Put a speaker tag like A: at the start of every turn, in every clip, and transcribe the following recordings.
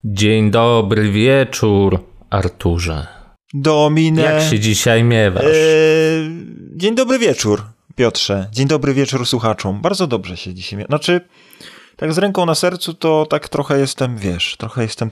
A: Dzień dobry wieczór, Arturze.
B: Dominie.
A: Jak się dzisiaj miewasz?
B: Dzień dobry wieczór, Piotrze. Dzień dobry wieczór słuchaczom. Bardzo dobrze się dzisiaj miewa. Znaczy, tak z ręką na sercu to tak trochę jestem, trochę jestem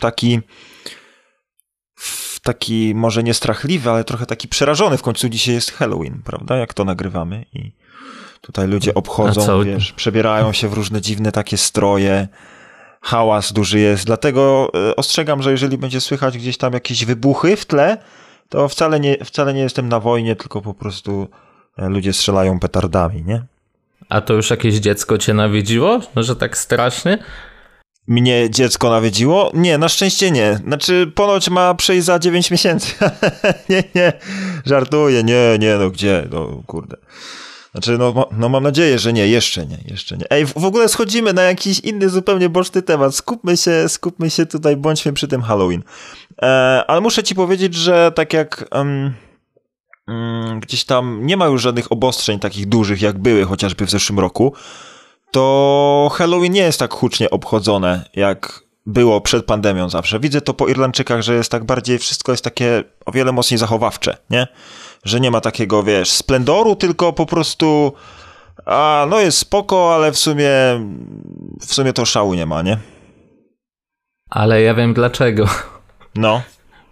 B: taki może nie strachliwy, ale trochę taki przerażony. W końcu dzisiaj jest Halloween, prawda? Jak to nagrywamy i tutaj ludzie obchodzą, przebierają się w różne dziwne takie stroje. Hałas duży jest, dlatego ostrzegam, że jeżeli będzie słychać gdzieś tam jakieś wybuchy w tle, to wcale nie jestem na wojnie, tylko po prostu ludzie strzelają petardami, nie?
A: A to już jakieś dziecko cię nawiedziło? Że tak strasznie?
B: Mnie dziecko nawiedziło? Nie, na szczęście nie. Znaczy, ponoć ma przyjść za 9 miesięcy. nie, żartuję, nie, no gdzie, no kurde. Znaczy, no mam nadzieję, że nie, jeszcze nie. Ej, w ogóle schodzimy na jakiś inny, zupełnie boczny temat. Skupmy się tutaj, bądźmy przy tym Halloween. Ale muszę ci powiedzieć, że tak jak gdzieś tam nie ma już żadnych obostrzeń takich dużych, jak były chociażby w zeszłym roku, to Halloween nie jest tak hucznie obchodzone, jak było przed pandemią zawsze. Widzę to po Irlandczykach, że jest tak bardziej, wszystko jest takie o wiele mocniej zachowawcze, nie? Że nie ma takiego, splendoru, tylko po prostu no jest spoko, ale w sumie to szału nie ma, nie?
A: Ale ja wiem dlaczego.
B: No.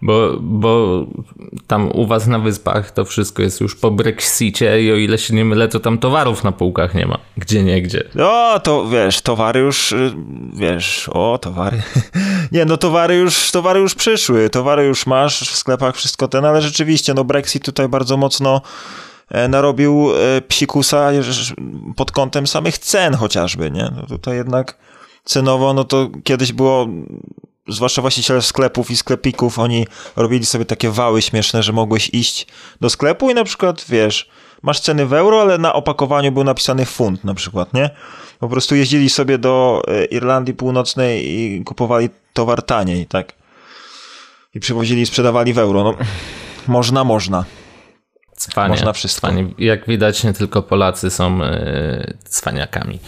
A: Bo tam u was na wyspach to wszystko jest już po Brexicie i o ile się nie mylę, to tam towarów na półkach nie ma. Gdzieniegdzie.
B: No, to towary już, towary. Nie, no towary już przyszły, towary już masz w sklepach, wszystko ale rzeczywiście, no Brexit tutaj bardzo mocno narobił psikusa pod kątem samych cen chociażby, nie? No tutaj jednak cenowo, no to kiedyś było, zwłaszcza właściciele sklepów i sklepików, oni robili sobie takie wały śmieszne, że mogłeś iść do sklepu i na przykład, masz ceny w euro, ale na opakowaniu był napisany funt na przykład, nie? Po prostu jeździli sobie do Irlandii Północnej i kupowali towar taniej, tak? I przywozili i sprzedawali w euro. No, można.
A: Cwanie,
B: można wszystko.
A: Cwanie. Jak widać, nie tylko Polacy są cwaniakami.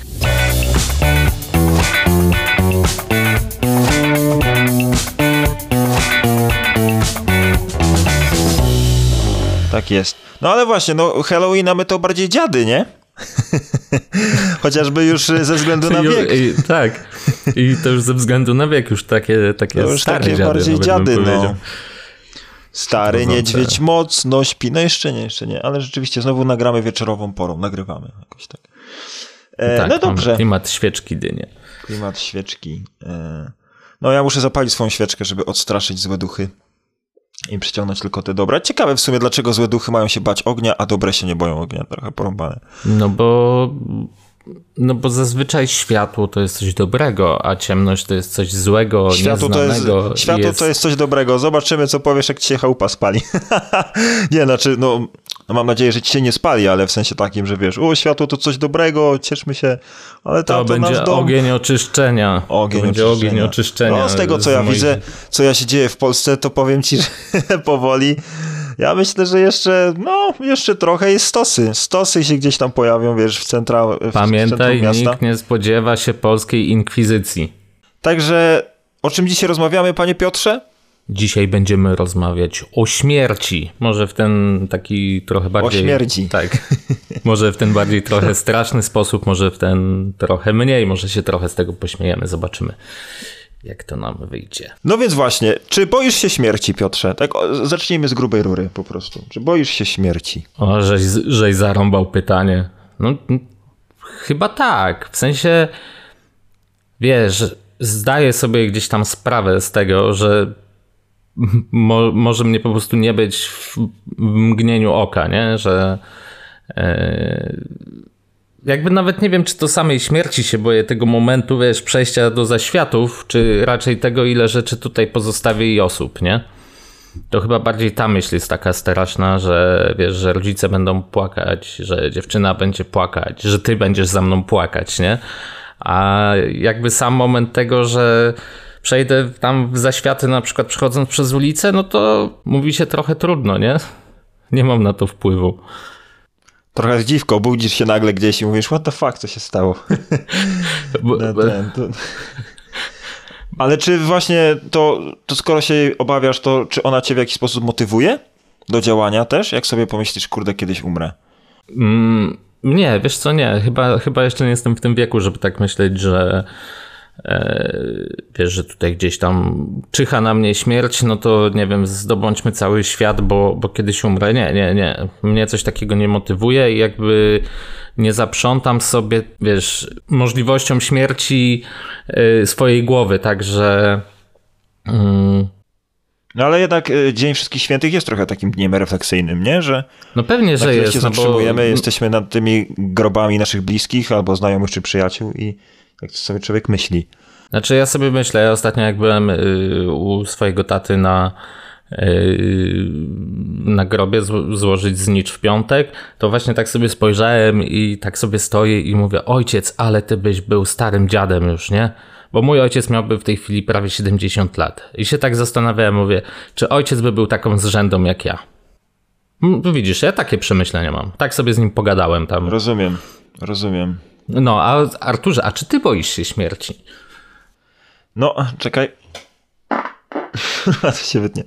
B: Tak jest. No ale właśnie, Halloweena my to bardziej dziady, nie? Chociażby już ze względu na wiek.
A: Tak. I to już ze względu na wiek, już takie
B: to już
A: stare
B: takie
A: dziady,
B: bardziej dziady, no. Stary
A: Wchodzące.
B: niedźwiedź mocno śpi. No jeszcze nie. Ale rzeczywiście znowu nagramy wieczorową porą. Nagrywamy jakoś tak.
A: Tak,
B: no dobrze.
A: Klimat świeczki dynie.
B: Klimat świeczki. No ja muszę zapalić swoją świeczkę, żeby odstraszyć złe duchy i przyciągnąć tylko te dobre. Ciekawe w sumie, dlaczego złe duchy mają się bać ognia, a dobre się nie boją ognia. Trochę porąbane.
A: No bo zazwyczaj światło to jest coś dobrego, a ciemność to jest coś złego, nieznanego.
B: Światło to jest coś dobrego. Zobaczymy, co powiesz, jak ci się chałupa spali. Nie, znaczy, no mam nadzieję, że ci się nie spali, ale w sensie takim, że światło to coś dobrego, cieszmy się. Ale
A: to będzie ogień oczyszczenia. Ogień oczyszczenia.
B: No z tego, co ja widzę, co się dzieje w Polsce, to powiem ci, że powoli. Ja myślę, że jeszcze trochę jest stosy. Stosy się gdzieś tam pojawią, w centrum miasta.
A: Pamiętaj, nikt nie spodziewa się polskiej inkwizycji.
B: Także o czym dzisiaj rozmawiamy, panie Piotrze?
A: Dzisiaj będziemy rozmawiać o śmierci. Może w ten taki trochę bardziej...
B: O śmierci.
A: Tak. Może w ten bardziej trochę straszny sposób, może w ten trochę mniej. Może się trochę z tego pośmiejemy. Zobaczymy, jak to nam wyjdzie.
B: No więc właśnie, czy boisz się śmierci, Piotrze? Tak, zacznijmy z grubej rury po prostu. Czy boisz się śmierci?
A: O, żeś zarąbał pytanie. No, chyba tak. W sensie, zdaję sobie gdzieś tam sprawę z tego, że może mnie po prostu nie być w mgnieniu oka, nie? Że jakby nawet nie wiem, czy to samej śmierci się boję, tego momentu, przejścia do zaświatów, czy raczej tego, ile rzeczy tutaj pozostawię i osób, nie? To chyba bardziej ta myśl jest taka straszna, że że rodzice będą płakać, że dziewczyna będzie płakać, że ty będziesz za mną płakać, nie? A jakby sam moment tego, że przejdę tam w zaświaty, na przykład przechodząc przez ulicę, no to mówi się trochę trudno, nie? Nie mam na to wpływu.
B: Trochę dziwko, budzisz się nagle gdzieś i mówisz, what the fuck, co się stało? Ale czy właśnie to skoro się jej obawiasz, to czy ona cię w jakiś sposób motywuje do działania też? Jak sobie pomyślisz, kurde, kiedyś umrę?
A: Nie, wiesz co, nie. Chyba jeszcze nie jestem w tym wieku, żeby tak myśleć, że wiesz, że tutaj gdzieś tam czyha na mnie śmierć, no to nie wiem, zdobądźmy cały świat, bo kiedyś umrę. Nie. Mnie coś takiego nie motywuje i jakby nie zaprzątam sobie, wiesz, możliwością śmierci swojej głowy, także...
B: No ale jednak Dzień Wszystkich Świętych jest trochę takim dniem refleksyjnym, nie? Że
A: no pewnie, że jest.
B: się zatrzymujemy, jesteśmy nad tymi grobami naszych bliskich albo znajomych czy przyjaciół i jak to sobie człowiek myśli.
A: Znaczy ja sobie myślę, ja ostatnio jak byłem u swojego taty na grobie złożyć znicz w piątek, to właśnie tak sobie spojrzałem i tak sobie stoję i mówię, ojciec, ale ty byś był starym dziadem już, nie? Bo mój ojciec miałby w tej chwili prawie 70 lat. I się tak zastanawiałem, mówię, czy ojciec by był taką zrzędą jak ja? Widzisz, ja takie przemyślenia mam. Tak sobie z nim pogadałem tam.
B: Rozumiem.
A: No, a Arturze, a czy ty boisz się śmierci?
B: No, czekaj. To się wytnie.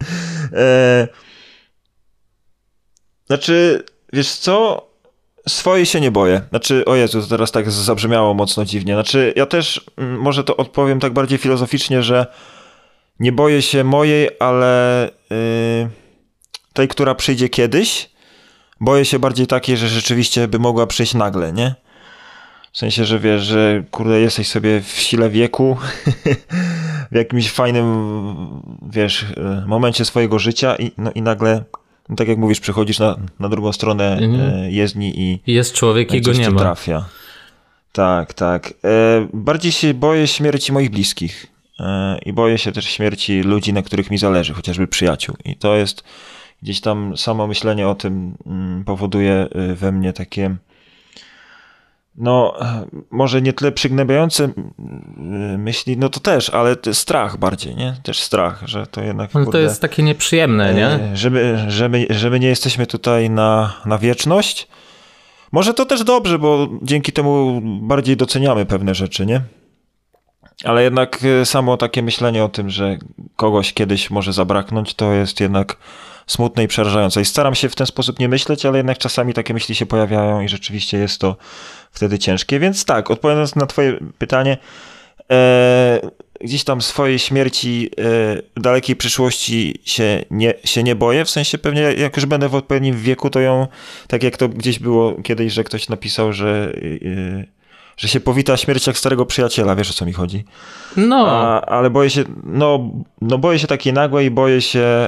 B: Znaczy, wiesz co? Swojej się nie boję. Znaczy, o Jezu, to teraz tak zabrzmiało mocno dziwnie. Znaczy, ja też może to odpowiem tak bardziej filozoficznie, że nie boję się mojej, ale tej, która przyjdzie kiedyś. Boję się bardziej takiej, że rzeczywiście by mogła przyjść nagle, nie? W sensie, że wiesz, że kurde, jesteś sobie w sile wieku, w jakimś fajnym, wiesz, momencie swojego życia i nagle, no tak jak mówisz, przychodzisz na drugą stronę jezdni i
A: jest człowiek i go nie ma.
B: Trafia. Tak. Bardziej się boję śmierci moich bliskich i boję się też śmierci ludzi, na których mi zależy, chociażby przyjaciół. I to jest gdzieś tam samo myślenie o tym powoduje we mnie takie... No, może nie tyle przygnębiające myśli, no to też, ale to strach bardziej, nie? Też strach, że to jednak...
A: No to jest takie nieprzyjemne, nie?
B: Że my nie jesteśmy tutaj na wieczność. Może to też dobrze, bo dzięki temu bardziej doceniamy pewne rzeczy, nie? Ale jednak samo takie myślenie o tym, że kogoś kiedyś może zabraknąć, to jest jednak smutne i przerażające. I staram się w ten sposób nie myśleć, ale jednak czasami takie myśli się pojawiają i rzeczywiście jest to wtedy ciężkie. Więc tak, odpowiadając na twoje pytanie, gdzieś tam swojej śmierci w dalekiej przyszłości się nie boję. W sensie pewnie jak już będę w odpowiednim wieku, to ją, tak jak to gdzieś było kiedyś, że ktoś napisał, że się powita śmierć jak starego przyjaciela. Wiesz, o co mi chodzi?
A: No.
B: Ale boję się, boję się takiej nagłej i boję się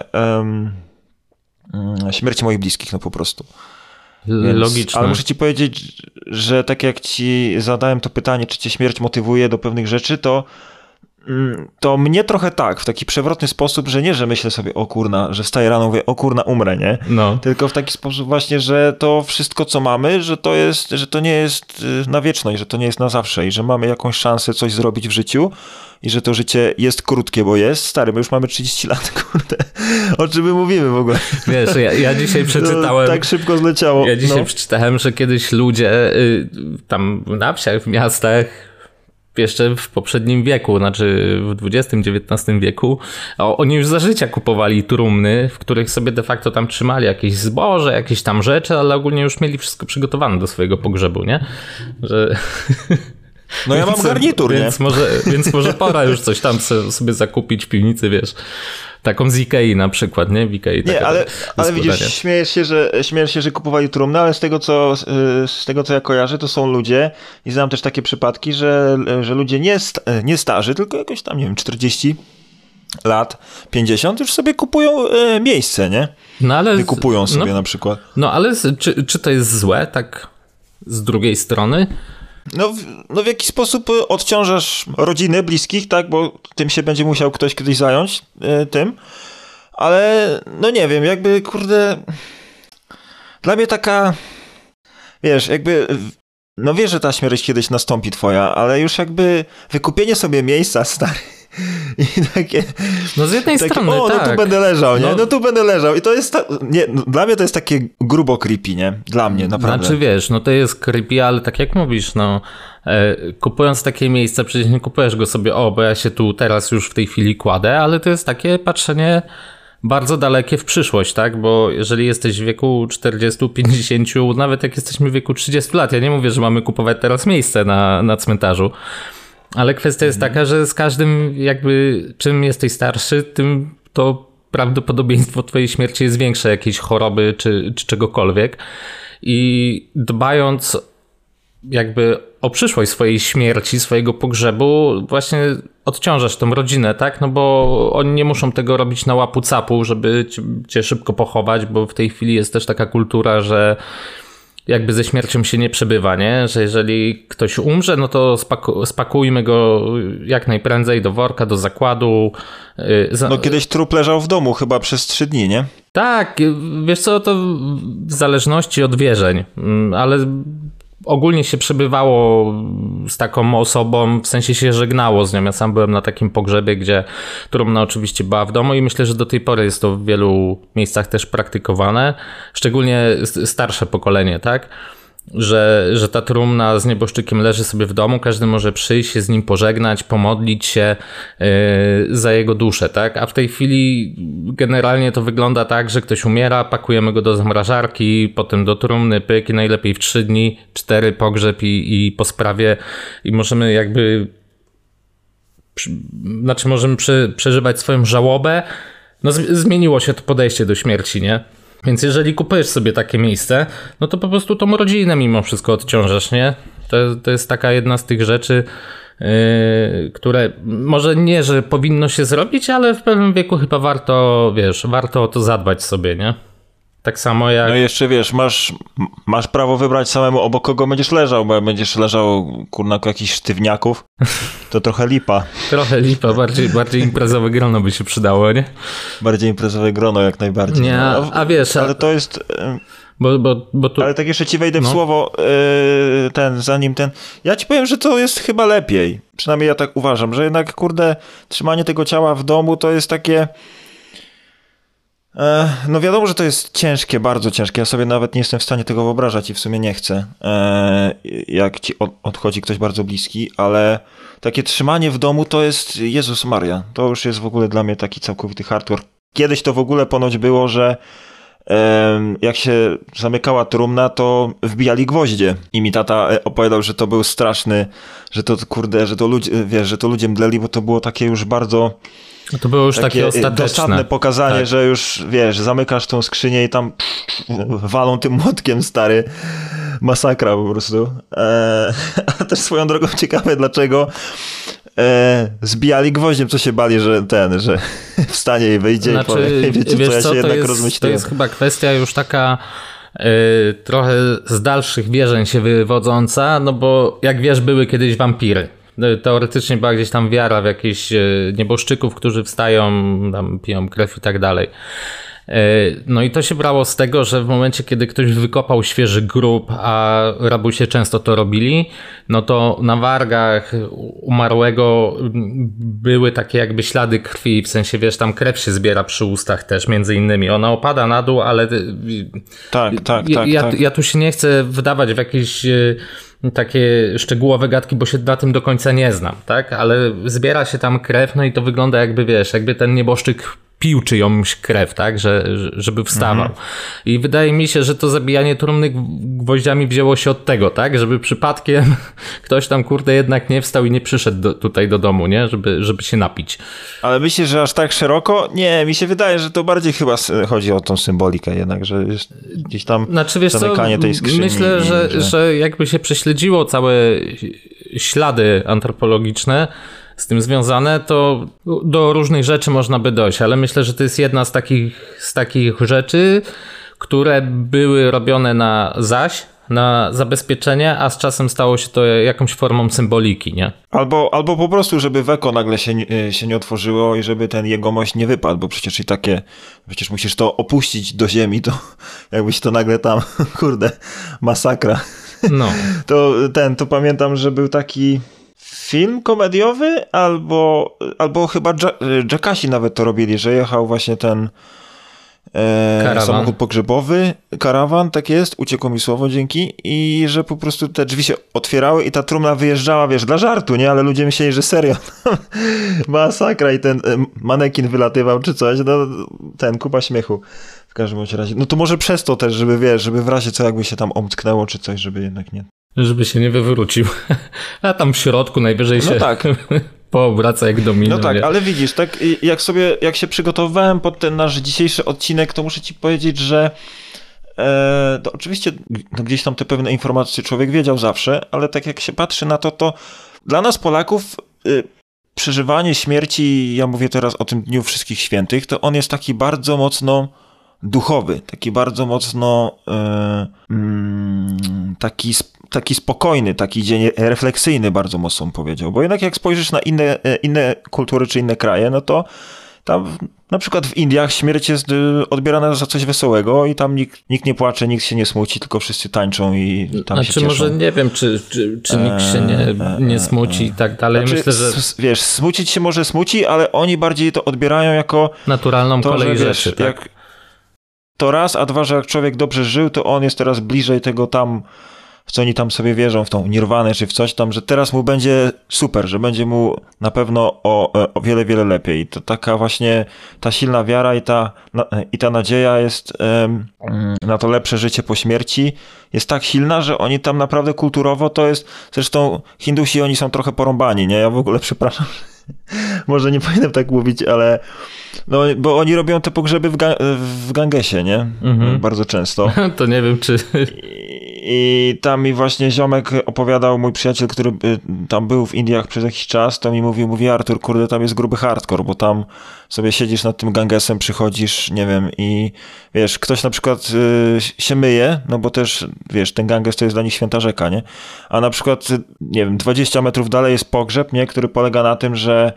B: śmierci moich bliskich, no po prostu.
A: Logiczne.
B: Ale muszę ci powiedzieć, że tak jak ci zadałem to pytanie, czy cię śmierć motywuje do pewnych rzeczy, to mnie trochę tak, w taki przewrotny sposób, że nie, że myślę sobie, o kurna, że wstaję rano, mówię, o kurna, umrę, nie?
A: No.
B: Tylko w taki sposób właśnie, że to wszystko, co mamy, że to nie jest na wieczność, że to nie jest na zawsze i że mamy jakąś szansę coś zrobić w życiu i że to życie jest krótkie, bo jest. Stary, my już mamy 30 lat, kurde. O czym my mówimy w ogóle?
A: Wiesz, ja dzisiaj przeczytałem...
B: tak szybko zleciało.
A: Ja dzisiaj przeczytałem, że kiedyś ludzie tam na wsiach, w miastach, jeszcze w poprzednim wieku, znaczy w XX-XIX wieku, oni już za życia kupowali trumny, w których sobie de facto tam trzymali jakieś zboże, jakieś tam rzeczy, ale ogólnie już mieli wszystko przygotowane do swojego pogrzebu, nie? Że...
B: No ja mam garnitur,
A: więc może pora już coś tam sobie zakupić w piwnicy, wiesz. Taką z Ikei na przykład, nie? W Ikei
B: nie, ale widzisz, śmiejesz się, że kupowali trumny, ale z tego, co ja kojarzę, to są ludzie i znam też takie przypadki, że ludzie nie starzy, tylko jakoś tam, nie wiem, 40 lat, 50 już sobie kupują miejsce, nie?
A: No ale...
B: Wykupują sobie na przykład.
A: No ale czy to jest złe, tak z drugiej strony?
B: No w jaki sposób odciążasz rodziny, bliskich, tak, bo tym się będzie musiał ktoś kiedyś zająć, tym, ale no nie wiem, jakby kurde, dla mnie taka, wiesz, jakby, no wiesz, że ta śmierć kiedyś nastąpi twoja, ale już jakby wykupienie sobie miejsca, stary, I takie...
A: No z jednej strony,
B: no
A: tak.
B: tu będę leżał, nie?
A: No,
B: No tu będę leżał. I to jest... Nie, no, dla mnie to jest takie grubo creepy, nie? Dla mnie, naprawdę.
A: Znaczy wiesz, no to jest creepy, ale tak jak mówisz, no kupując takie miejsce, przecież nie kupujesz go sobie, bo ja się tu teraz już w tej chwili kładę, ale to jest takie patrzenie bardzo dalekie w przyszłość, tak? Bo jeżeli jesteś w wieku 40, 50, nawet jak jesteśmy w wieku 30 lat, ja nie mówię, że mamy kupować teraz miejsce na cmentarzu, ale kwestia jest taka, że z każdym jakby czym jesteś starszy, tym to prawdopodobieństwo twojej śmierci jest większe, jakiejś choroby czy czegokolwiek. I dbając jakby o przyszłość swojej śmierci, swojego pogrzebu, właśnie odciążasz tą rodzinę, tak? No bo oni nie muszą tego robić na łapu capu, żeby cię szybko pochować, bo w tej chwili jest też taka kultura, że jakby ze śmiercią się nie przebywa, nie? Że jeżeli ktoś umrze, no to spakujmy go jak najprędzej do worka, do zakładu.
B: No kiedyś trup leżał w domu chyba przez 3 dni, nie?
A: Tak, wiesz co, to w zależności od wierzeń, ale ogólnie się przebywało z taką osobą, w sensie się żegnało z nią. Ja sam byłem na takim pogrzebie, gdzie trumna oczywiście była w domu i myślę, że do tej pory jest to w wielu miejscach też praktykowane, szczególnie starsze pokolenie, tak? Że ta trumna z nieboszczykiem leży sobie w domu, każdy może przyjść się z nim pożegnać, pomodlić się za jego duszę, tak? A w tej chwili generalnie to wygląda tak, że ktoś umiera, pakujemy go do zamrażarki, potem do trumny, pyk i najlepiej w 3 dni, 4 pogrzeb i po sprawie i możemy jakby możemy przeżywać swoją żałobę. No zmieniło się to podejście do śmierci, nie? Więc jeżeli kupujesz sobie takie miejsce, no to po prostu tą rodzinę mimo wszystko odciążasz, nie? To jest taka jedna z tych rzeczy, które może nie, że powinno się zrobić, ale w pewnym wieku chyba warto o to zadbać sobie, nie? Tak samo jak...
B: No i jeszcze wiesz, masz prawo wybrać samemu, obok kogo będziesz leżał, bo jak będziesz leżał kurna jakichś sztywniaków, to trochę lipa.
A: Trochę lipa, bardziej imprezowe grono by się przydało, nie?
B: Bardziej imprezowe grono jak najbardziej.
A: Nie, a wiesz...
B: Ale to jest...
A: Bo tu...
B: Ale tak jeszcze ci wejdę w słowo, ja ci powiem, że to jest chyba lepiej. Przynajmniej ja tak uważam, że jednak kurde, trzymanie tego ciała w domu to jest takie... No wiadomo, że to jest ciężkie, bardzo ciężkie. Ja sobie nawet nie jestem w stanie tego wyobrażać i w sumie nie chcę, jak ci odchodzi ktoś bardzo bliski, ale takie trzymanie w domu to jest, Jezus Maria, to już jest w ogóle dla mnie taki całkowity hardcore. Kiedyś to w ogóle ponoć było, że jak się zamykała trumna, to wbijali gwoździe. I mi tata opowiadał, że to był straszny, że to kurde, że to ludzie, wiesz, że to ludzie mdleli, bo to było takie już bardzo...
A: To było już takie ostateczne.
B: Dosadne pokazanie, tak. Że już, wiesz, zamykasz tą skrzynię i tam walą tym młotkiem, stary. Masakra po prostu. A też swoją drogą ciekawe, dlaczego zbijali gwoździem, co się bali, że wstanie i wyjdzie i powie, wiecie co, ja się jednak rozmyśliłem.
A: To jest chyba kwestia już taka trochę z dalszych wierzeń się wywodząca, no bo jak wiesz, były kiedyś wampiry. Teoretycznie była gdzieś tam wiara w jakichś nieboszczyków, którzy wstają, tam piją krew i tak dalej. No i to się brało z tego, że w momencie, kiedy ktoś wykopał świeży grób, a rabusie często to robili, no to na wargach umarłego były takie jakby ślady krwi, w sensie wiesz, tam krew się zbiera przy ustach też między innymi. Ona opada na dół, ale
B: tak.
A: Ja tu się nie chcę wdawać w jakieś takie szczegółowe gadki, bo się na tym do końca nie znam, tak? Ale zbiera się tam krew, no i to wygląda jakby, wiesz, jakby ten nieboszczyk pił czyjąś krew, tak? Żeby wstawał. I wydaje mi się, że to zabijanie trumny gwoździami wzięło się od tego, tak? Żeby przypadkiem ktoś tam, kurde, jednak nie wstał i nie przyszedł tutaj do domu, nie? Żeby się napić.
B: Ale myślisz, że aż tak szeroko? Nie, mi się wydaje, że to bardziej chyba chodzi o tą symbolikę jednak, że jest gdzieś tam zamykanie tej skrzyni.
A: Myślę, że jakby się prześledziło całe ślady antropologiczne z tym związane, to do różnych rzeczy można by dojść, ale myślę, że to jest jedna z takich rzeczy, które były robione na zabezpieczenie, a z czasem stało się to jakąś formą symboliki, nie?
B: Albo po prostu, żeby weko nagle się nie otworzyło i żeby ten jegomość nie wypadł, bo przecież musisz to opuścić do ziemi, to jakbyś to nagle tam, kurde, masakra.
A: No.
B: To pamiętam, że był taki film komediowy, albo chyba Jackasi nawet to robili, że jechał właśnie ten samochód pogrzebowy, karawan, tak jest, uciekło mi słowo, dzięki, i że po prostu te drzwi się otwierały i ta trumna wyjeżdżała, wiesz, dla żartu, nie? Ale ludzie myśleli, że serio. Masakra i ten manekin wylatywał czy coś, no kupa śmiechu. W każdym razie. No to może przez to też, żeby wiesz, żeby w razie co jakby się tam omcknęło czy coś, żeby jednak nie...
A: Żeby się nie wywrócił. A tam w środku najwyżej się
B: tak.
A: poobraca jak domino.
B: No tak,
A: nie?
B: ale widzisz, tak jak się przygotowywałem pod ten nasz dzisiejszy odcinek, to muszę ci powiedzieć, że to oczywiście gdzieś tam te pewne informacje człowiek wiedział zawsze, ale tak jak się patrzy na to dla nas Polaków przeżywanie śmierci, ja mówię teraz o tym Dniu Wszystkich Świętych, to on jest taki bardzo mocno duchowy, taki bardzo mocno taki spokojny, taki dzień refleksyjny bardzo mocno powiedział, bo jednak jak spojrzysz na inne kultury czy inne kraje, no to tam na przykład w Indiach śmierć jest odbierana za coś wesołego i tam nikt nie płacze, nikt się nie smuci, tylko wszyscy tańczą i tam się cieszą.
A: Może nie wiem, czy nikt się nie smuci i tak dalej.
B: Znaczy,
A: myślę, że...
B: Wiesz, smucić się może smuci, ale oni bardziej to odbierają jako...
A: naturalną kolej rzeczy, tak?
B: Jak to raz, a dwa, że jak człowiek dobrze żył, to on jest teraz bliżej tego tam, w co oni tam sobie wierzą, w tą nirwanę czy w coś tam, że teraz mu będzie super, że będzie mu na pewno o wiele, wiele lepiej. I to taka właśnie ta silna wiara i ta nadzieja jest na to lepsze życie po śmierci jest tak silna, że oni tam naprawdę kulturowo to jest, zresztą Hindusi oni są trochę porąbani, nie? Ja w ogóle przepraszam, może nie powinienem tak mówić, ale no, bo oni robią te pogrzeby w Gangesie, nie? Bardzo często.
A: To nie wiem, czy...
B: I tam mi właśnie ziomek opowiadał, mój przyjaciel, który tam był w Indiach przez jakiś czas, to mi mówi Artur, kurde, tam jest gruby hardcore, bo tam sobie siedzisz nad tym Gangesem, przychodzisz, nie wiem, i wiesz, ktoś na przykład się myje, no bo też, wiesz, ten Ganges to jest dla nich święta rzeka, nie? A na przykład, nie wiem, 20 metrów dalej jest pogrzeb, nie? Który polega na tym, że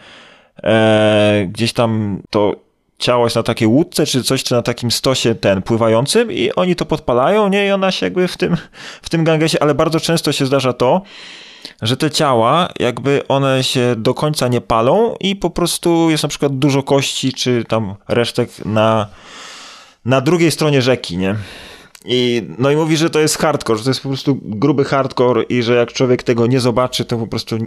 B: gdzieś tam to ciało jest na takiej łódce, czy coś, czy na takim stosie pływającym i oni to podpalają, nie? I ona się jakby w tym Gangesie, ale bardzo często się zdarza to, że te ciała, jakby one się do końca nie palą i po prostu jest na przykład dużo kości, czy tam resztek na drugiej stronie rzeki, nie? I mówi, że to jest hardcore, że to jest po prostu gruby hardcore i że jak człowiek tego nie zobaczy, to po prostu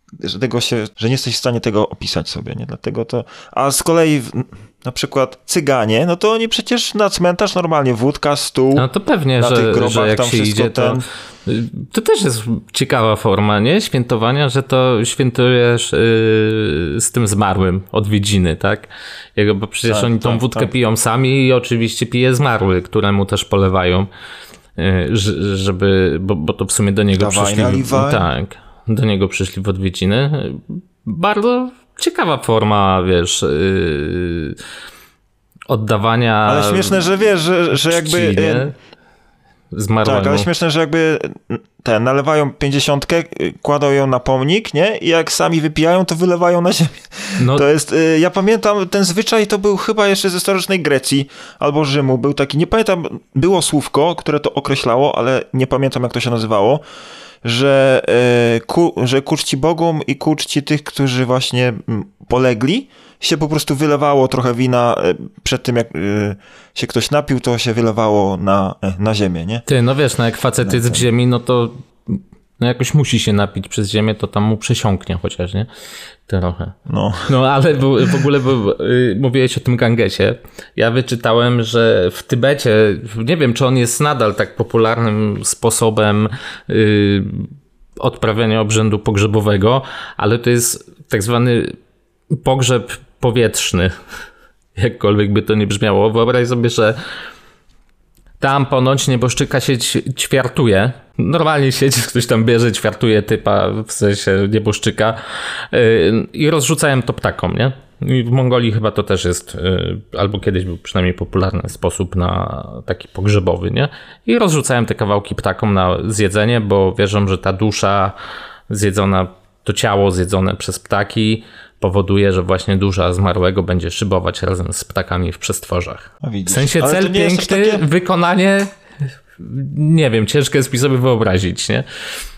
B: że nie jesteś w stanie tego opisać sobie, nie? Dlatego to... A z kolei na przykład Cyganie, no to oni przecież na cmentarz normalnie wódka, stół.
A: No to pewnie,
B: na tych grobach,
A: że jak
B: tam
A: się idzie, to też jest ciekawa forma, nie? Świętowania, że to świętujesz z tym zmarłym, odwiedziny, tak? Bo przecież oni tą wódkę piją sami i oczywiście pije zmarły, któremu też polewają, żeby, bo to w sumie do niego przyszli. Tak. Do niego przyszli w odwiedziny. Bardzo ciekawa forma, wiesz, oddawania. Ale
B: śmieszne, że wiesz, że jakby...
A: Zmarłemu.
B: Tak, ale śmieszne, że jakby nalewają 50, kładą ją na pomnik, nie? I jak sami wypijają, to wylewają na ziemię. No. To jest, ja pamiętam, ten zwyczaj to był chyba jeszcze ze starożytnej Grecji albo Rzymu. Był taki, nie pamiętam, było słówko, które to określało, ale nie pamiętam, jak to się nazywało. Że ku czci Bogom i ku czci tych, którzy właśnie polegli, się po prostu wylewało trochę wina przed tym, jak się ktoś napił, to się wylewało na ziemię, nie?
A: Ty, no wiesz, jak facet jest w ziemi, no to jakoś musi się napić przez ziemię, to tam mu przesiąknie chociaż, nie? Trochę. No ale w ogóle mówiłeś o tym Gangesie. Ja wyczytałem, że w Tybecie, nie wiem, czy on jest nadal tak popularnym sposobem odprawiania obrzędu pogrzebowego, ale to jest tak zwany pogrzeb powietrzny. Jakkolwiek by to nie brzmiało. Wyobraź sobie, że tam ponoć nieboszczyka się ćwiartuje. Normalnie siedzi, ktoś tam bierze, ćwiartuje typa, w sensie nieboszczyka i rozrzucają to ptakom, nie? I w Mongolii chyba to też jest, albo kiedyś był przynajmniej popularny sposób na taki pogrzebowy, nie? I rozrzucają te kawałki ptakom na zjedzenie, bo wierzą, że ta dusza zjedzona, to ciało zjedzone przez ptaki powoduje, że właśnie dusza zmarłego będzie szybować razem z ptakami w przestworzach. W sensie cel piękny, wykonanie, nie wiem, ciężko jest mi sobie wyobrazić, nie?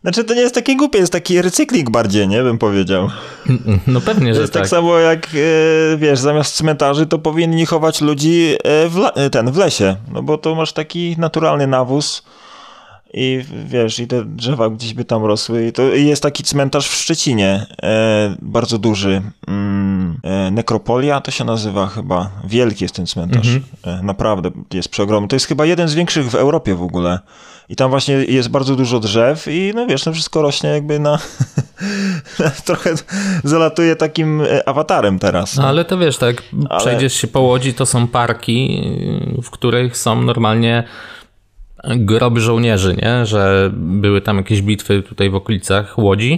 B: Znaczy to nie jest takie głupie, jest taki recykling bardziej, nie? Bym powiedział.
A: No pewnie,
B: to
A: że
B: jest
A: tak.
B: Tak samo jak, wiesz, zamiast cmentarzy to powinni chować ludzi w lesie, no bo to masz taki naturalny nawóz i wiesz, i te drzewa gdzieś by tam rosły. I jest taki cmentarz w Szczecinie, bardzo duży. Nekropolia to się nazywa chyba. Wielki jest ten cmentarz. Naprawdę jest przeogromny. To jest chyba jeden z większych w Europie w ogóle. I tam właśnie jest bardzo dużo drzew i no wiesz, no wszystko rośnie jakby trochę zalatuje takim awatarem teraz.
A: No ale to wiesz, tak, przejdziesz się po Łodzi, to są parki, w których są normalnie groby żołnierzy, nie? Że były tam jakieś bitwy tutaj w okolicach Łodzi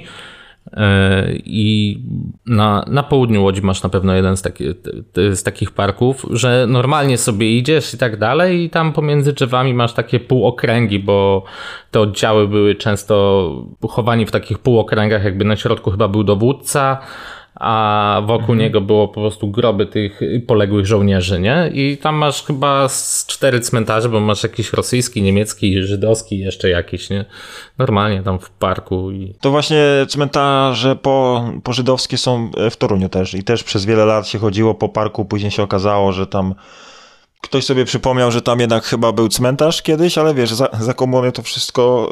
A: i na południu Łodzi masz na pewno jeden z takich parków, że normalnie sobie idziesz i tak dalej i tam pomiędzy drzewami masz takie półokręgi, bo te oddziały były często chowani w takich półokręgach, jakby na środku chyba był dowódca, a wokół niego było po prostu groby tych poległych żołnierzy, nie? I tam masz chyba z 4 cmentarze, bo masz jakiś rosyjski, niemiecki, żydowski, jeszcze jakiś, nie? Normalnie tam w parku.
B: To właśnie cmentarze po żydowskie są w Toruniu też i też przez wiele lat się chodziło po parku, później się okazało, że tam ktoś sobie przypomniał, że tam jednak chyba był cmentarz kiedyś, ale wiesz, za komuny to wszystko...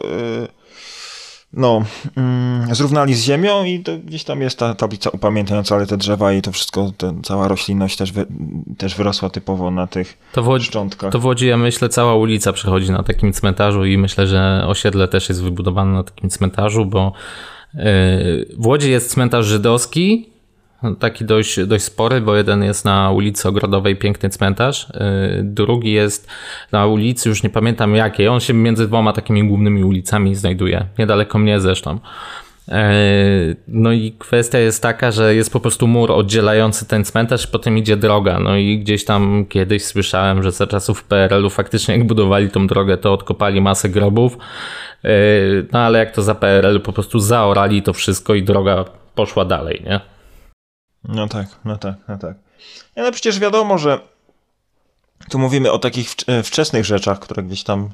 B: zrównali z ziemią i to gdzieś tam jest ta tablica upamiętniająca, ale te drzewa i to wszystko, cała roślinność też wyrosła typowo na tych szczątkach.
A: To w Łodzi, ja myślę, cała ulica przechodzi na takim cmentarzu i myślę, że osiedle też jest wybudowane na takim cmentarzu, bo w Łodzi jest cmentarz żydowski, taki dość spory, bo jeden jest na ulicy Ogrodowej, piękny cmentarz, drugi jest na ulicy, już nie pamiętam jakiej, on się między 2 takimi głównymi ulicami znajduje, niedaleko mnie zresztą. No i kwestia jest taka, że jest po prostu mur oddzielający ten cmentarz, potem idzie droga, no i gdzieś tam kiedyś słyszałem, że za czasów PRL-u faktycznie jak budowali tą drogę, to odkopali masę grobów, no ale jak to za PRL-u po prostu zaorali to wszystko i droga poszła dalej, nie?
B: No tak. No przecież wiadomo, że tu mówimy o takich wczesnych rzeczach, które gdzieś tam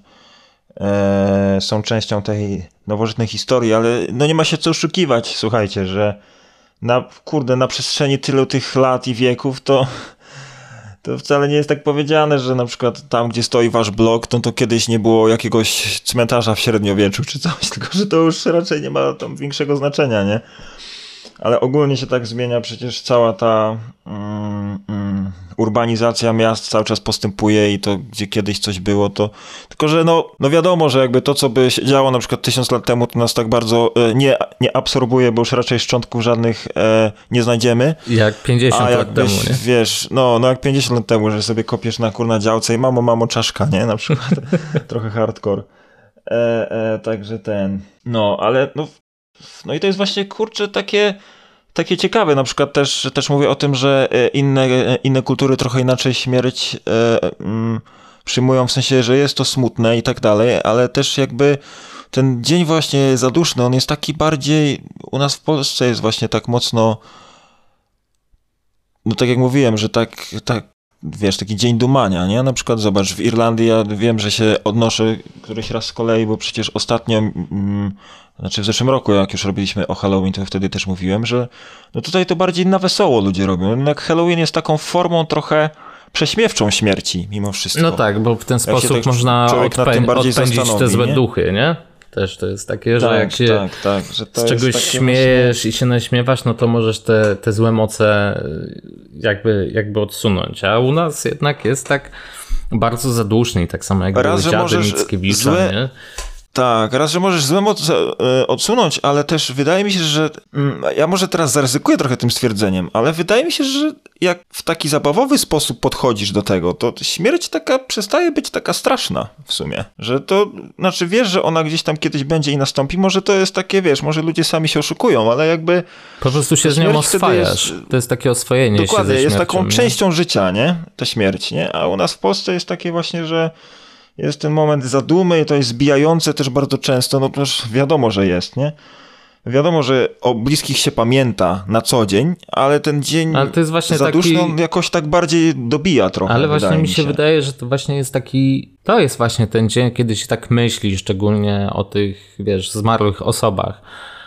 B: są częścią tej nowożytnej historii, ale no nie ma się co oszukiwać, słuchajcie, że na przestrzeni tylu tych lat i wieków to wcale nie jest tak powiedziane, że na przykład tam, gdzie stoi wasz blok, to kiedyś nie było jakiegoś cmentarza w średniowieczu czy coś, tylko że to już raczej nie ma tam większego znaczenia, nie? Ale ogólnie się tak zmienia, przecież cała ta urbanizacja miast cały czas postępuje i to, gdzie kiedyś coś było, to... Tylko, że no wiadomo, że jakby to, co by się działo na przykład 1000 lat temu, to nas tak bardzo nie absorbuje, bo już raczej szczątków żadnych nie znajdziemy.
A: Jak 50 lat temu, nie?
B: Wiesz, no jak 50 lat temu, że sobie kopiesz na działce i mamo, czaszka, nie? Na przykład. Trochę hardcore. Także ale no i to jest właśnie, kurczę, takie ciekawe. Na przykład też mówię o tym, że inne kultury trochę inaczej śmierć przyjmują, w sensie, że jest to smutne i tak dalej, ale też jakby ten dzień właśnie zaduszny, on jest taki bardziej, u nas w Polsce jest właśnie tak mocno, no tak jak mówiłem, że tak wiesz, taki dzień dumania, nie? Na przykład zobacz, w Irlandii ja wiem, że się odnoszę któryś raz z kolei, bo przecież ostatnio, znaczy w zeszłym roku, jak już robiliśmy o Halloween, to wtedy też mówiłem, że no tutaj to bardziej na wesoło ludzie robią. Jednak Halloween jest taką formą trochę prześmiewczą śmierci, mimo wszystko.
A: No tak, bo w ten sposób tak można odpędzić te złe duchy, nie? Też to jest takie, że jak się
B: że to
A: z czegoś śmiejesz właśnie... i się naśmiewasz, no to możesz te złe moce jakby odsunąć. A u nas jednak jest tak bardzo zaduszny, tak samo jak były Dziady Mickiewicza, nie?
B: Tak, raz, że możesz złe moce odsunąć, ale też wydaje mi się, że ja może teraz zaryzykuję trochę tym stwierdzeniem, ale wydaje mi się, że jak w taki zabawowy sposób podchodzisz do tego, to śmierć taka przestaje być taka straszna w sumie. Że to, znaczy wiesz, że ona gdzieś tam kiedyś będzie i nastąpi, może to jest takie, wiesz, może ludzie sami się oszukują, ale jakby...
A: Po prostu się z nią oswajasz. To jest takie oswojenie się ze śmiercią.
B: Dokładnie, jest taką częścią życia, nie? Ta śmierć, nie? A u nas w Polsce jest takie właśnie, że jest ten moment zadumy i to jest zbijające też bardzo często, no to już wiadomo, że jest, nie? wiadomo, że o bliskich się pamięta na co dzień, ale ten dzień
A: ale to jest właśnie
B: zaduszny on jakoś tak bardziej dobija trochę.
A: Ale właśnie mi się wydaje, że to właśnie jest taki, to jest właśnie ten dzień, kiedy się tak myśli, szczególnie o tych, wiesz, zmarłych osobach.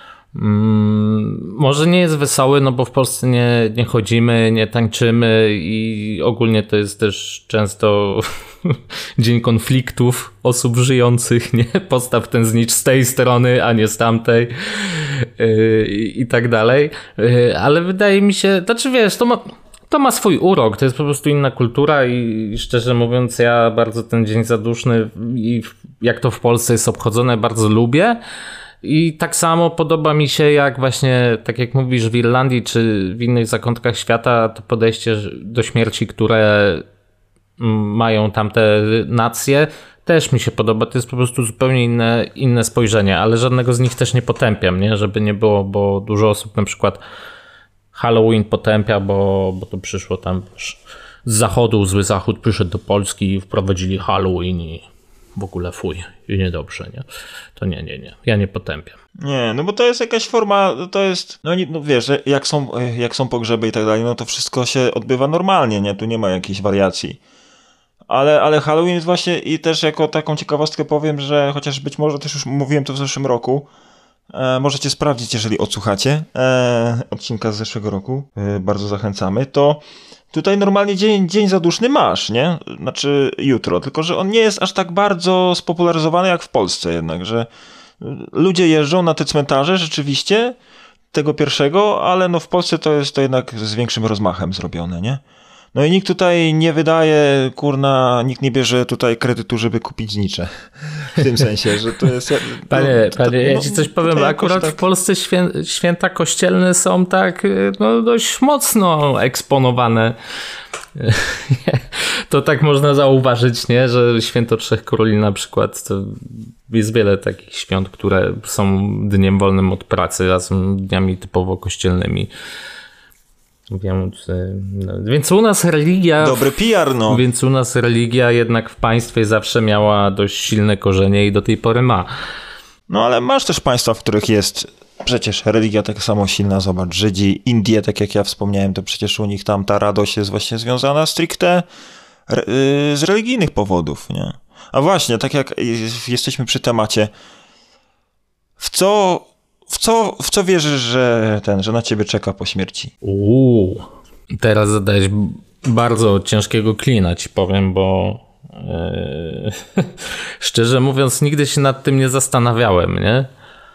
A: Może nie jest wesoły, no bo w Polsce nie chodzimy, nie tańczymy i ogólnie to jest też często dzień konfliktów osób żyjących, nie? Postaw ten znicz z tej strony, a nie z tamtej i tak dalej. Ale wydaje mi się, znaczy wiesz, to ma swój urok, to jest po prostu inna kultura i szczerze mówiąc ja bardzo ten dzień zaduszny i jak to w Polsce jest obchodzone bardzo lubię. I tak samo podoba mi się jak właśnie, tak jak mówisz, w Irlandii czy w innych zakątkach świata to podejście do śmierci, które mają tamte nacje, też mi się podoba. To jest po prostu zupełnie inne spojrzenie, ale żadnego z nich też nie potępiam, nie? Żeby nie było, bo dużo osób na przykład Halloween potępia, bo to przyszło tam z zachodu, zły zachód przyszedł do Polski i wprowadzili Halloween i w ogóle fuj i niedobrze, nie? To nie. Ja nie potępiam.
B: Nie, no bo to jest jakaś forma, to jest, no wiesz, jak są pogrzeby i tak dalej, no to wszystko się odbywa normalnie, nie? Tu nie ma jakichś wariacji. Ale Halloween jest właśnie i też jako taką ciekawostkę powiem, że chociaż być może też już mówiłem to w zeszłym roku, możecie sprawdzić, jeżeli odsłuchacie odcinka z zeszłego roku, bardzo zachęcamy, to tutaj normalnie dzień zaduszny masz, nie? Znaczy jutro, tylko że on nie jest aż tak bardzo spopularyzowany jak w Polsce jednak, że ludzie jeżdżą na te cmentarze rzeczywiście tego pierwszego, ale no w Polsce to jest to jednak z większym rozmachem zrobione, nie? No i nikt tutaj nie wydaje, nikt nie bierze tutaj kredytu, żeby kupić znicze. W tym sensie, że to jest...
A: Panie, ja ci coś powiem, bo akurat tak... w Polsce święta kościelne są tak dość mocno eksponowane. To tak można zauważyć, nie? Że święto Trzech Króli na przykład, to jest wiele takich świąt, które są dniem wolnym od pracy, a są dniami typowo kościelnymi. Więc u nas religia...
B: Dobry PR, no.
A: Więc u nas religia jednak w państwie zawsze miała dość silne korzenie i do tej pory ma.
B: No ale masz też państwa, w których jest przecież religia tak samo silna. Zobacz, Żydzi, Indie, tak jak ja wspomniałem, to przecież u nich tam ta radość jest właśnie związana stricte z religijnych powodów, nie? A właśnie, tak jak jesteśmy przy temacie, w co wierzysz, że na ciebie czeka po śmierci?
A: Teraz zadałeś bardzo ciężkiego klina, ci powiem, bo szczerze mówiąc nigdy się nad tym nie zastanawiałem, nie?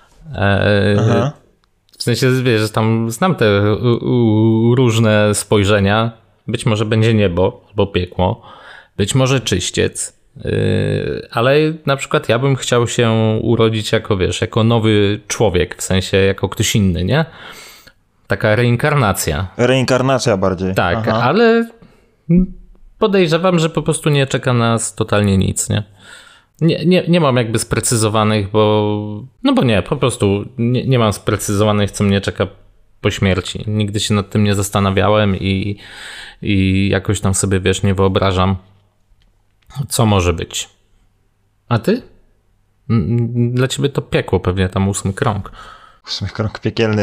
A: W sensie, wiesz, że tam znam te różne spojrzenia. Być może będzie niebo albo piekło, być może czyściec. Ale na przykład ja bym chciał się urodzić jako, wiesz, jako nowy człowiek, w sensie jako ktoś inny, nie? Taka reinkarnacja.
B: Reinkarnacja bardziej.
A: Tak, ale podejrzewam, że po prostu nie czeka nas totalnie nic, nie? Nie mam jakby sprecyzowanych, bo nie, po prostu nie mam sprecyzowanych, co mnie czeka po śmierci. Nigdy się nad tym nie zastanawiałem i jakoś tam sobie, wiesz, nie wyobrażam, co może być. A ty? Dla ciebie to piekło pewnie, tam 8 krąg.
B: 8 krąg piekielny,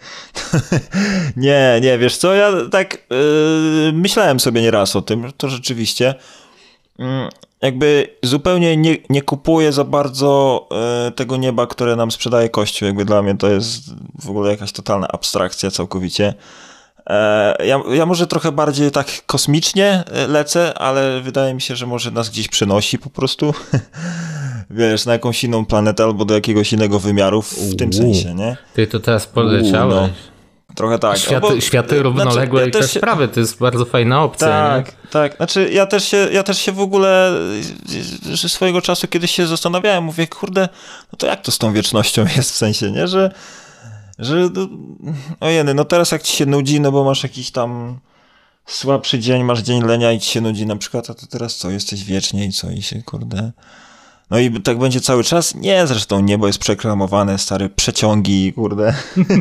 B: Nie, wiesz co, ja tak myślałem sobie nieraz o tym, że to rzeczywiście jakby zupełnie nie kupuję za bardzo tego nieba, które nam sprzedaje Kościół. Jakby dla mnie to jest w ogóle jakaś totalna abstrakcja całkowicie. Ja może trochę bardziej tak kosmicznie lecę, ale wydaje mi się, że może nas gdzieś przenosi po prostu, wiesz, na jakąś inną planetę albo do jakiegoś innego wymiaru w tym sensie, nie?
A: Ty to teraz poleciałeś.
B: No. Trochę tak.
A: Światy równoległe znaczy, i te sprawy, to jest bardzo fajna opcja.
B: Tak,
A: nie?
B: Tak. Znaczy ja też się w ogóle swojego czasu kiedyś się zastanawiałem, mówię, kurde, no to jak to z tą wiecznością jest w sensie, nie? Że ojeny, no teraz jak ci się nudzi, no bo masz jakiś tam słabszy dzień, masz dzień lenia i ci się nudzi na przykład, a to teraz co, jesteś wiecznie i co, i się, kurde... No i tak będzie cały czas? Nie, zresztą niebo jest przeklamowane, stare przeciągi, kurde.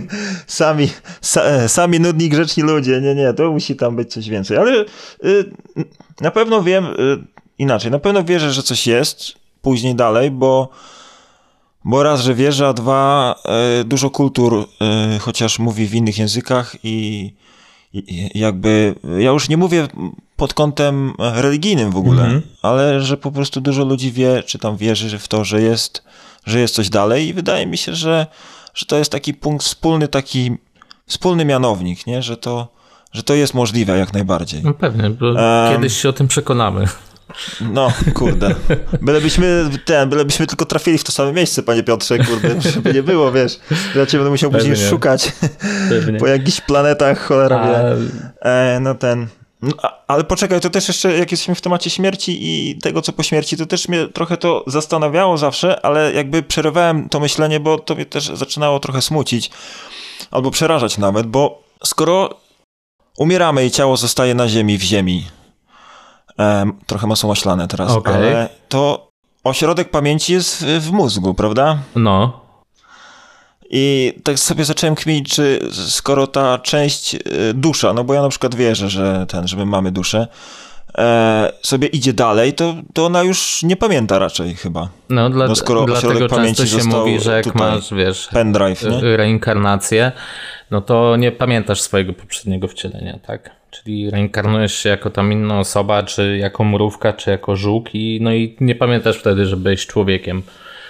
B: Sami nudni, grzeczni ludzie. Nie, to musi tam być coś więcej. Ale na pewno wiem, inaczej, na pewno wierzę, że coś jest później dalej, bo Bo raz, że wierzę, a dwa, dużo kultur, chociaż mówi w innych językach i jakby, ja już nie mówię pod kątem religijnym w ogóle, ale że po prostu dużo ludzi wie, czy tam wierzy w to, że jest coś dalej i wydaje mi się, że to jest taki punkt wspólny, taki wspólny mianownik, nie? Że to jest możliwe jak najbardziej.
A: No pewnie, bo kiedyś się o tym przekonamy.
B: No, kurde. Bylebyśmy tylko trafili w to same miejsce, panie Piotrze, kurde, żeby nie było, wiesz. Ja cię będę musiał później szukać po jakichś planetach, cholera wie. Ale poczekaj, to też jeszcze, jak jesteśmy w temacie śmierci i tego, co po śmierci, to też mnie trochę to zastanawiało zawsze, ale jakby przerywałem to myślenie, bo to mnie też zaczynało trochę smucić, albo przerażać nawet, bo skoro umieramy i ciało zostaje na ziemi, w ziemi, trochę masło maślane teraz, ale to ośrodek pamięci jest w mózgu, prawda?
A: No.
B: I tak sobie zacząłem kminić, czy skoro ta część dusza, no bo ja na przykład wierzę, że my mamy duszę, sobie idzie dalej, to ona już nie pamięta raczej chyba.
A: No
B: skoro
A: dlatego często się mówi, że jak
B: tutaj,
A: masz, wiesz,
B: pendrive, nie?
A: Reinkarnację, no to nie pamiętasz swojego poprzedniego wcielenia, tak? Czyli reinkarnujesz się jako tam inna osoba, czy jako mrówka, czy jako żółk i nie pamiętasz wtedy, że byłeś człowiekiem.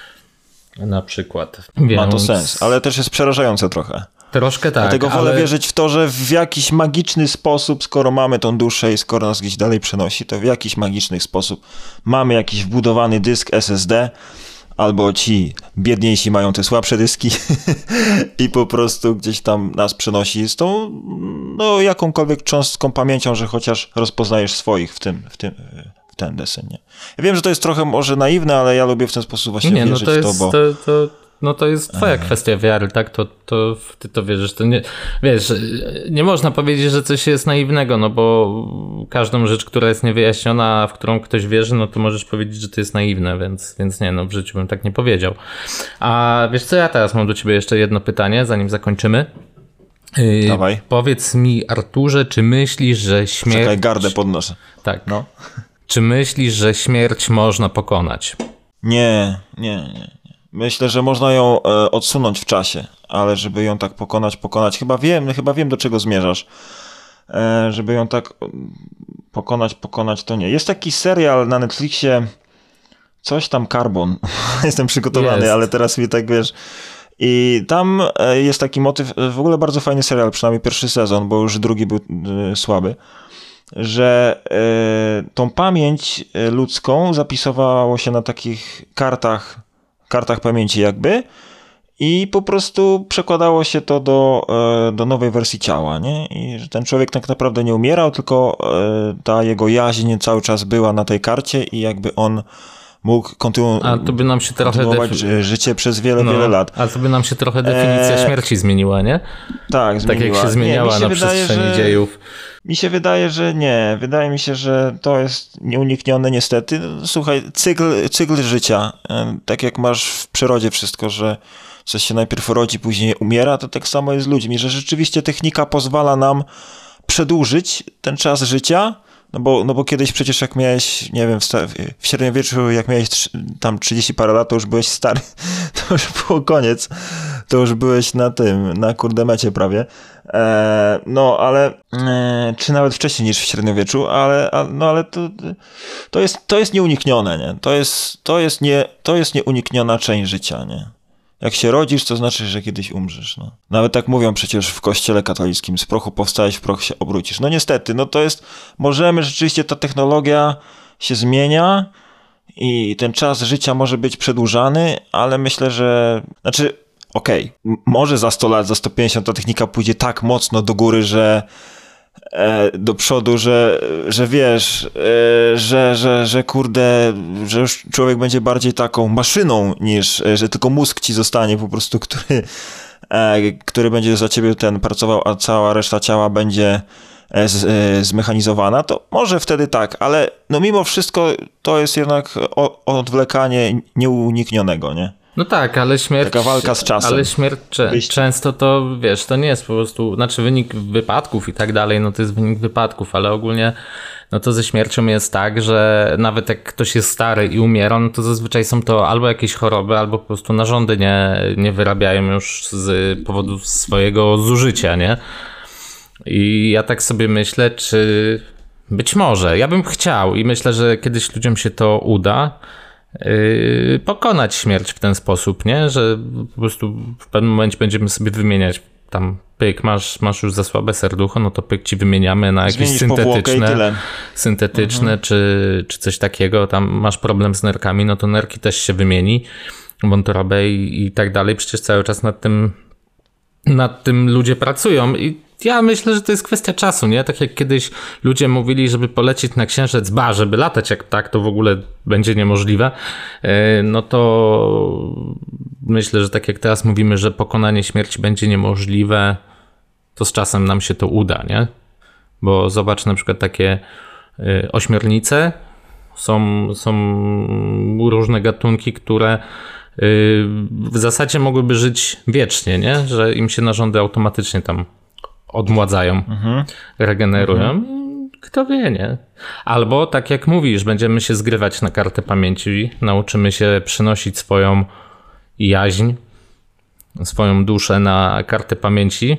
A: Na przykład.
B: Ma to sens, ale też jest przerażające trochę.
A: Troszkę tak.
B: Dlatego wolę wierzyć w to, że w jakiś magiczny sposób, skoro mamy tą duszę i skoro nas gdzieś dalej przenosi, to w jakiś magiczny sposób mamy jakiś wbudowany dysk SSD, albo ci biedniejsi mają te słabsze dyski i po prostu gdzieś tam nas przenosi z tą, jakąkolwiek cząstką pamięcią, że chociaż rozpoznajesz swoich w ten deseń, nie? Ja wiem, że to jest trochę może naiwne, ale ja lubię w ten sposób właśnie wierzyć w to, bo...
A: to jest twoja kwestia wiary, tak? To ty to wierzysz. To nie, wiesz, nie można powiedzieć, że coś jest naiwnego, no bo każdą rzecz, która jest niewyjaśniona, w którą ktoś wierzy, no to możesz powiedzieć, że to jest naiwne, więc nie, no w życiu bym tak nie powiedział. A wiesz co, ja teraz mam do ciebie jeszcze jedno pytanie, zanim zakończymy.
B: Dawaj.
A: Powiedz mi, Arturze, czy myślisz, że śmierć...
B: Czekaj, gardę podnoszę.
A: Tak. No. Czy myślisz, że śmierć można pokonać?
B: Nie. Myślę, że można ją odsunąć w czasie, ale żeby ją tak pokonać, chyba wiem do czego zmierzasz. Żeby ją tak pokonać to nie. Jest taki serial na Netflixie, coś tam Carbon. Jestem przygotowany, ale teraz mi tak wiesz... I tam jest taki motyw, w ogóle bardzo fajny serial, przynajmniej pierwszy sezon, bo już drugi był słaby, że tą pamięć ludzką zapisywało się na takich kartach pamięci jakby i po prostu przekładało się to do nowej wersji ciała, nie? I że ten człowiek tak naprawdę nie umierał, tylko ta jego jaźń cały czas była na tej karcie i jakby on mógł kontynuować życie przez wiele lat.
A: A to by nam się trochę definicja śmierci zmieniła, nie?
B: Tak, zmieniła.
A: Tak jak się zmieniała na przestrzeni dziejów.
B: Mi się wydaje, że nie. Wydaje mi się, że to jest nieuniknione niestety. Słuchaj, cykl życia. Tak jak masz w przyrodzie wszystko, że coś się najpierw rodzi, później umiera, to tak samo jest z ludźmi, że rzeczywiście technika pozwala nam przedłużyć ten czas życia. No bo kiedyś przecież jak miałeś, nie wiem, w średniowieczu jak miałeś tam 30 parę lat, to już byłeś stary, to już było koniec, to już byłeś na kurdemecie prawie, ale czy nawet wcześniej niż w średniowieczu, ale to jest nieuniknione, nie? To jest nieunikniona część życia, nie? Jak się rodzisz, to znaczy, że kiedyś umrzesz. No. Nawet tak mówią przecież w kościele katolickim, z prochu powstałeś, w proch się obrócisz. No niestety, to jest, rzeczywiście ta technologia się zmienia i ten czas życia może być przedłużany, ale myślę, że, może za 100 lat, za 150 ta technika pójdzie tak mocno do góry, że do przodu, że wiesz, że kurde, że już człowiek będzie bardziej taką maszyną niż, że tylko mózg ci zostanie po prostu, który będzie za ciebie pracował, a cała reszta ciała będzie zmechanizowana, to może wtedy tak, ale mimo wszystko to jest jednak odwlekanie nieuniknionego, nie?
A: No tak, ale śmierć...
B: Taka walka z czasem.
A: Ale śmierć często to, wiesz, to nie jest po prostu... Znaczy wynik wypadków i tak dalej, to jest wynik wypadków, ale ogólnie no to ze śmiercią jest tak, że nawet jak ktoś jest stary i umiera, no to zazwyczaj są to albo jakieś choroby, albo po prostu narządy nie wyrabiają już z powodu swojego zużycia, nie? I ja tak sobie myślę, czy być może, ja bym chciał i myślę, że kiedyś ludziom się to uda, pokonać śmierć w ten sposób, nie? Że po prostu w pewnym momencie będziemy sobie wymieniać tam pyk, masz już za słabe serducho, no to pyk ci wymieniamy na jakieś syntetyczne czy coś takiego, tam masz problem z nerkami, no to nerki też się wymieni, wątrobę i tak dalej, przecież cały czas nad tym ludzie pracują i ja myślę, że to jest kwestia czasu, nie? Tak jak kiedyś ludzie mówili, żeby polecieć na Księżyc, żeby latać jak ptak, to w ogóle będzie niemożliwe, no to myślę, że tak jak teraz mówimy, że pokonanie śmierci będzie niemożliwe, to z czasem nam się to uda, nie? Bo zobacz na przykład takie ośmiornice, są różne gatunki, które w zasadzie mogłyby żyć wiecznie, nie? Że im się narządy automatycznie tam odmładzają, regenerują. Kto wie, nie? Albo tak jak mówisz, będziemy się zgrywać na kartę pamięci, nauczymy się przynosić swoją jaźń, swoją duszę na kartę pamięci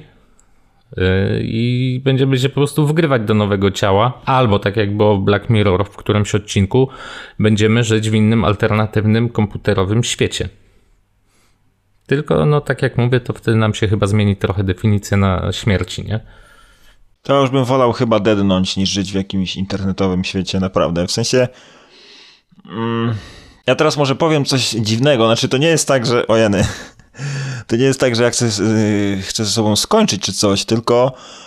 A: i będziemy się po prostu wgrywać do nowego ciała. Albo tak jak było w Black Mirror w którymś odcinku, będziemy żyć w innym, alternatywnym, komputerowym świecie. Tylko, no tak jak mówię, to wtedy nam się chyba zmieni trochę definicja na śmierci, nie?
B: To już bym wolał chyba deadnąć, niż żyć w jakimś internetowym świecie, naprawdę. W sensie, ja teraz może powiem coś dziwnego, znaczy to nie jest tak, że, ojeny, to nie jest tak, że ja chcę ze sobą skończyć czy coś, tylko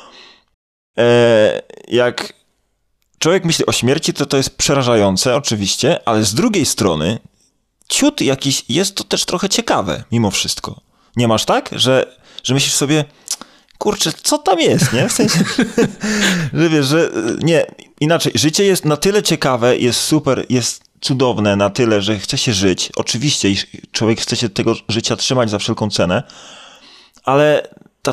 B: jak człowiek myśli o śmierci, to jest przerażające, oczywiście, ale z drugiej strony ciut jakiś jest to też trochę ciekawe, mimo wszystko. Nie masz tak, że myślisz sobie, kurczę, co tam jest, nie? W sensie, że wiesz, że nie, inaczej, życie jest na tyle ciekawe, jest super, jest cudowne na tyle, że chce się żyć. Oczywiście człowiek chce się tego życia trzymać za wszelką cenę, ale ta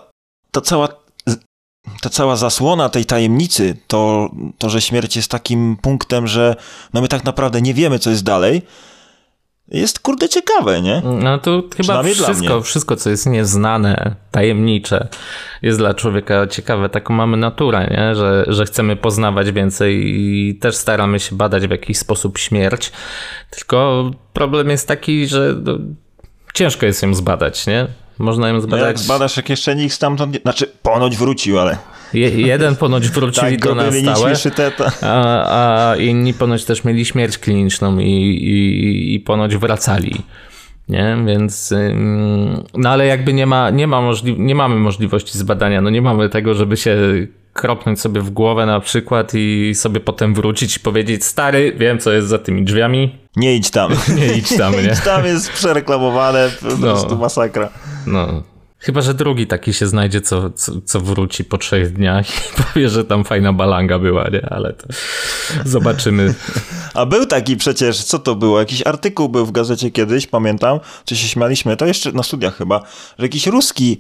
B: cała zasłona tej tajemnicy, to, że śmierć jest takim punktem, że no my tak naprawdę nie wiemy, co jest dalej, jest kurde ciekawe, nie?
A: No to chyba wszystko, co jest nieznane, tajemnicze, jest dla człowieka ciekawe. Taką mamy naturę, nie? Że chcemy poznawać więcej i też staramy się badać w jakiś sposób śmierć. Tylko problem jest taki, że ciężko jest ją zbadać, nie? Można ją zbadać.
B: No jak zbadasz, jak jeszcze nikt stamtąd, znaczy ponoć wrócił, ale...
A: Jeden ponoć wrócili do nas stałe, a inni ponoć też mieli śmierć kliniczną i ponoć wracali. Nie? Więc no ale jakby nie mamy możliwości zbadania, no nie mamy tego, żeby się kropnąć sobie w głowę na przykład i sobie potem wrócić i powiedzieć, stary, wiem co jest za tymi drzwiami.
B: Nie idź tam.
A: Nie idź tam, nie?
B: Idź tam jest przereklamowane, po prostu masakra.
A: No. Chyba, że drugi taki się znajdzie, co wróci po 3 dniach i powie, że tam fajna balanga była, nie? Ale to zobaczymy.
B: A był taki przecież, co to było? Jakiś artykuł był w gazecie kiedyś, pamiętam, czy się śmialiśmy, to jeszcze na studiach chyba, że jakiś Ruski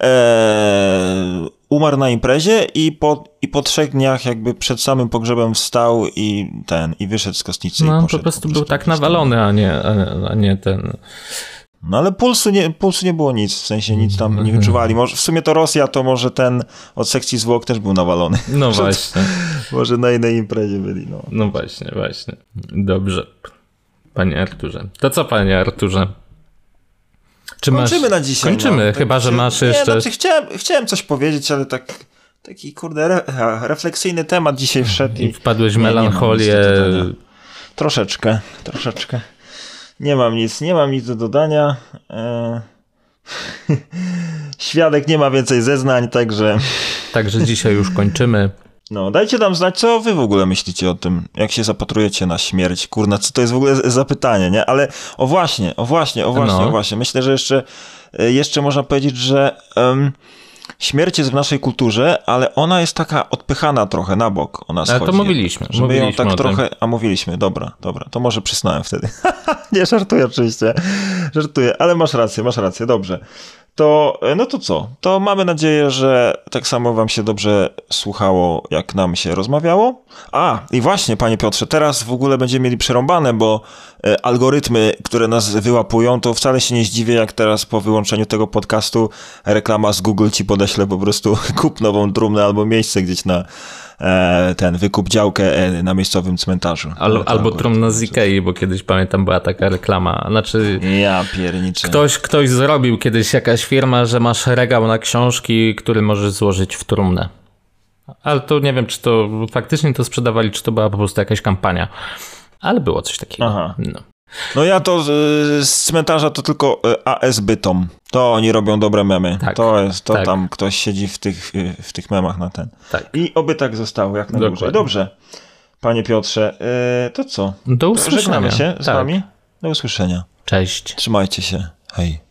B: umarł na imprezie i po 3 dniach jakby przed samym pogrzebem wstał i wyszedł z kostnicy.
A: No
B: i poszedł,
A: po prostu był tak nawalony, a nie ten...
B: No ale pulsu nie było nic, w sensie nic tam nie wyczuwali. Może, w sumie to Rosja, to może ten od sekcji zwłok też był nawalony.
A: No właśnie.
B: Może na innej imprezie byli, no.
A: No właśnie. Dobrze. Panie Arturze. To co, panie Arturze? Czy
B: kończymy na dzisiaj.
A: Kończymy, no, chyba, że masz jeszcze...
B: Nie, chciałem coś powiedzieć, ale taki kurde refleksyjny temat dzisiaj wszedł.
A: I wpadłeś w melancholię.
B: Troszeczkę. Nie mam nic do dodania. Świadek nie ma więcej zeznań, także... Także dzisiaj już kończymy. No, dajcie nam znać, co wy w ogóle myślicie o tym, jak się zapatrujecie na śmierć. Kurna, co to jest w ogóle za pytanie, nie? Ale o właśnie. Myślę, że jeszcze można powiedzieć, że śmierć jest w naszej kulturze, ale ona jest taka odpychana trochę na bok. Ona schodzi. Ale to mówiliśmy. Żeby ją tak trochę... A mówiliśmy, dobra. To może przysnąłem wtedy. Nie, żartuję oczywiście. Ale masz rację, dobrze. To, no to co? To mamy nadzieję, że tak samo wam się dobrze słuchało, jak nam się rozmawiało. I właśnie, panie Piotrze, teraz w ogóle będziemy mieli przerąbane, bo algorytmy, które nas wyłapują, to wcale się nie zdziwię, jak teraz po wyłączeniu tego podcastu reklama z Google ci podeśle po prostu kup nową trumnę albo miejsce gdzieś na wykup działkę na miejscowym cmentarzu.
A: Albo trumna z Ikei, bo kiedyś pamiętam była taka reklama. Znaczy,
B: ja pierniczę.
A: Ktoś zrobił kiedyś, jakaś firma, że masz regał na książki, który możesz złożyć w trumnę. Ale to nie wiem, czy to faktycznie to sprzedawali, czy to była po prostu jakaś kampania. Ale było coś takiego.
B: Aha. No ja to z cmentarza to tylko AS Bytom. To oni robią dobre memy. Tak, tak. Tam ktoś siedzi w tych memach na ten. Tak. I oby tak zostało jak najdłużej. Dobrze. Panie Piotrze, to co?
A: Do usłyszenia.
B: Żegnamy się z wami. Do usłyszenia.
A: Cześć.
B: Trzymajcie się. Hej.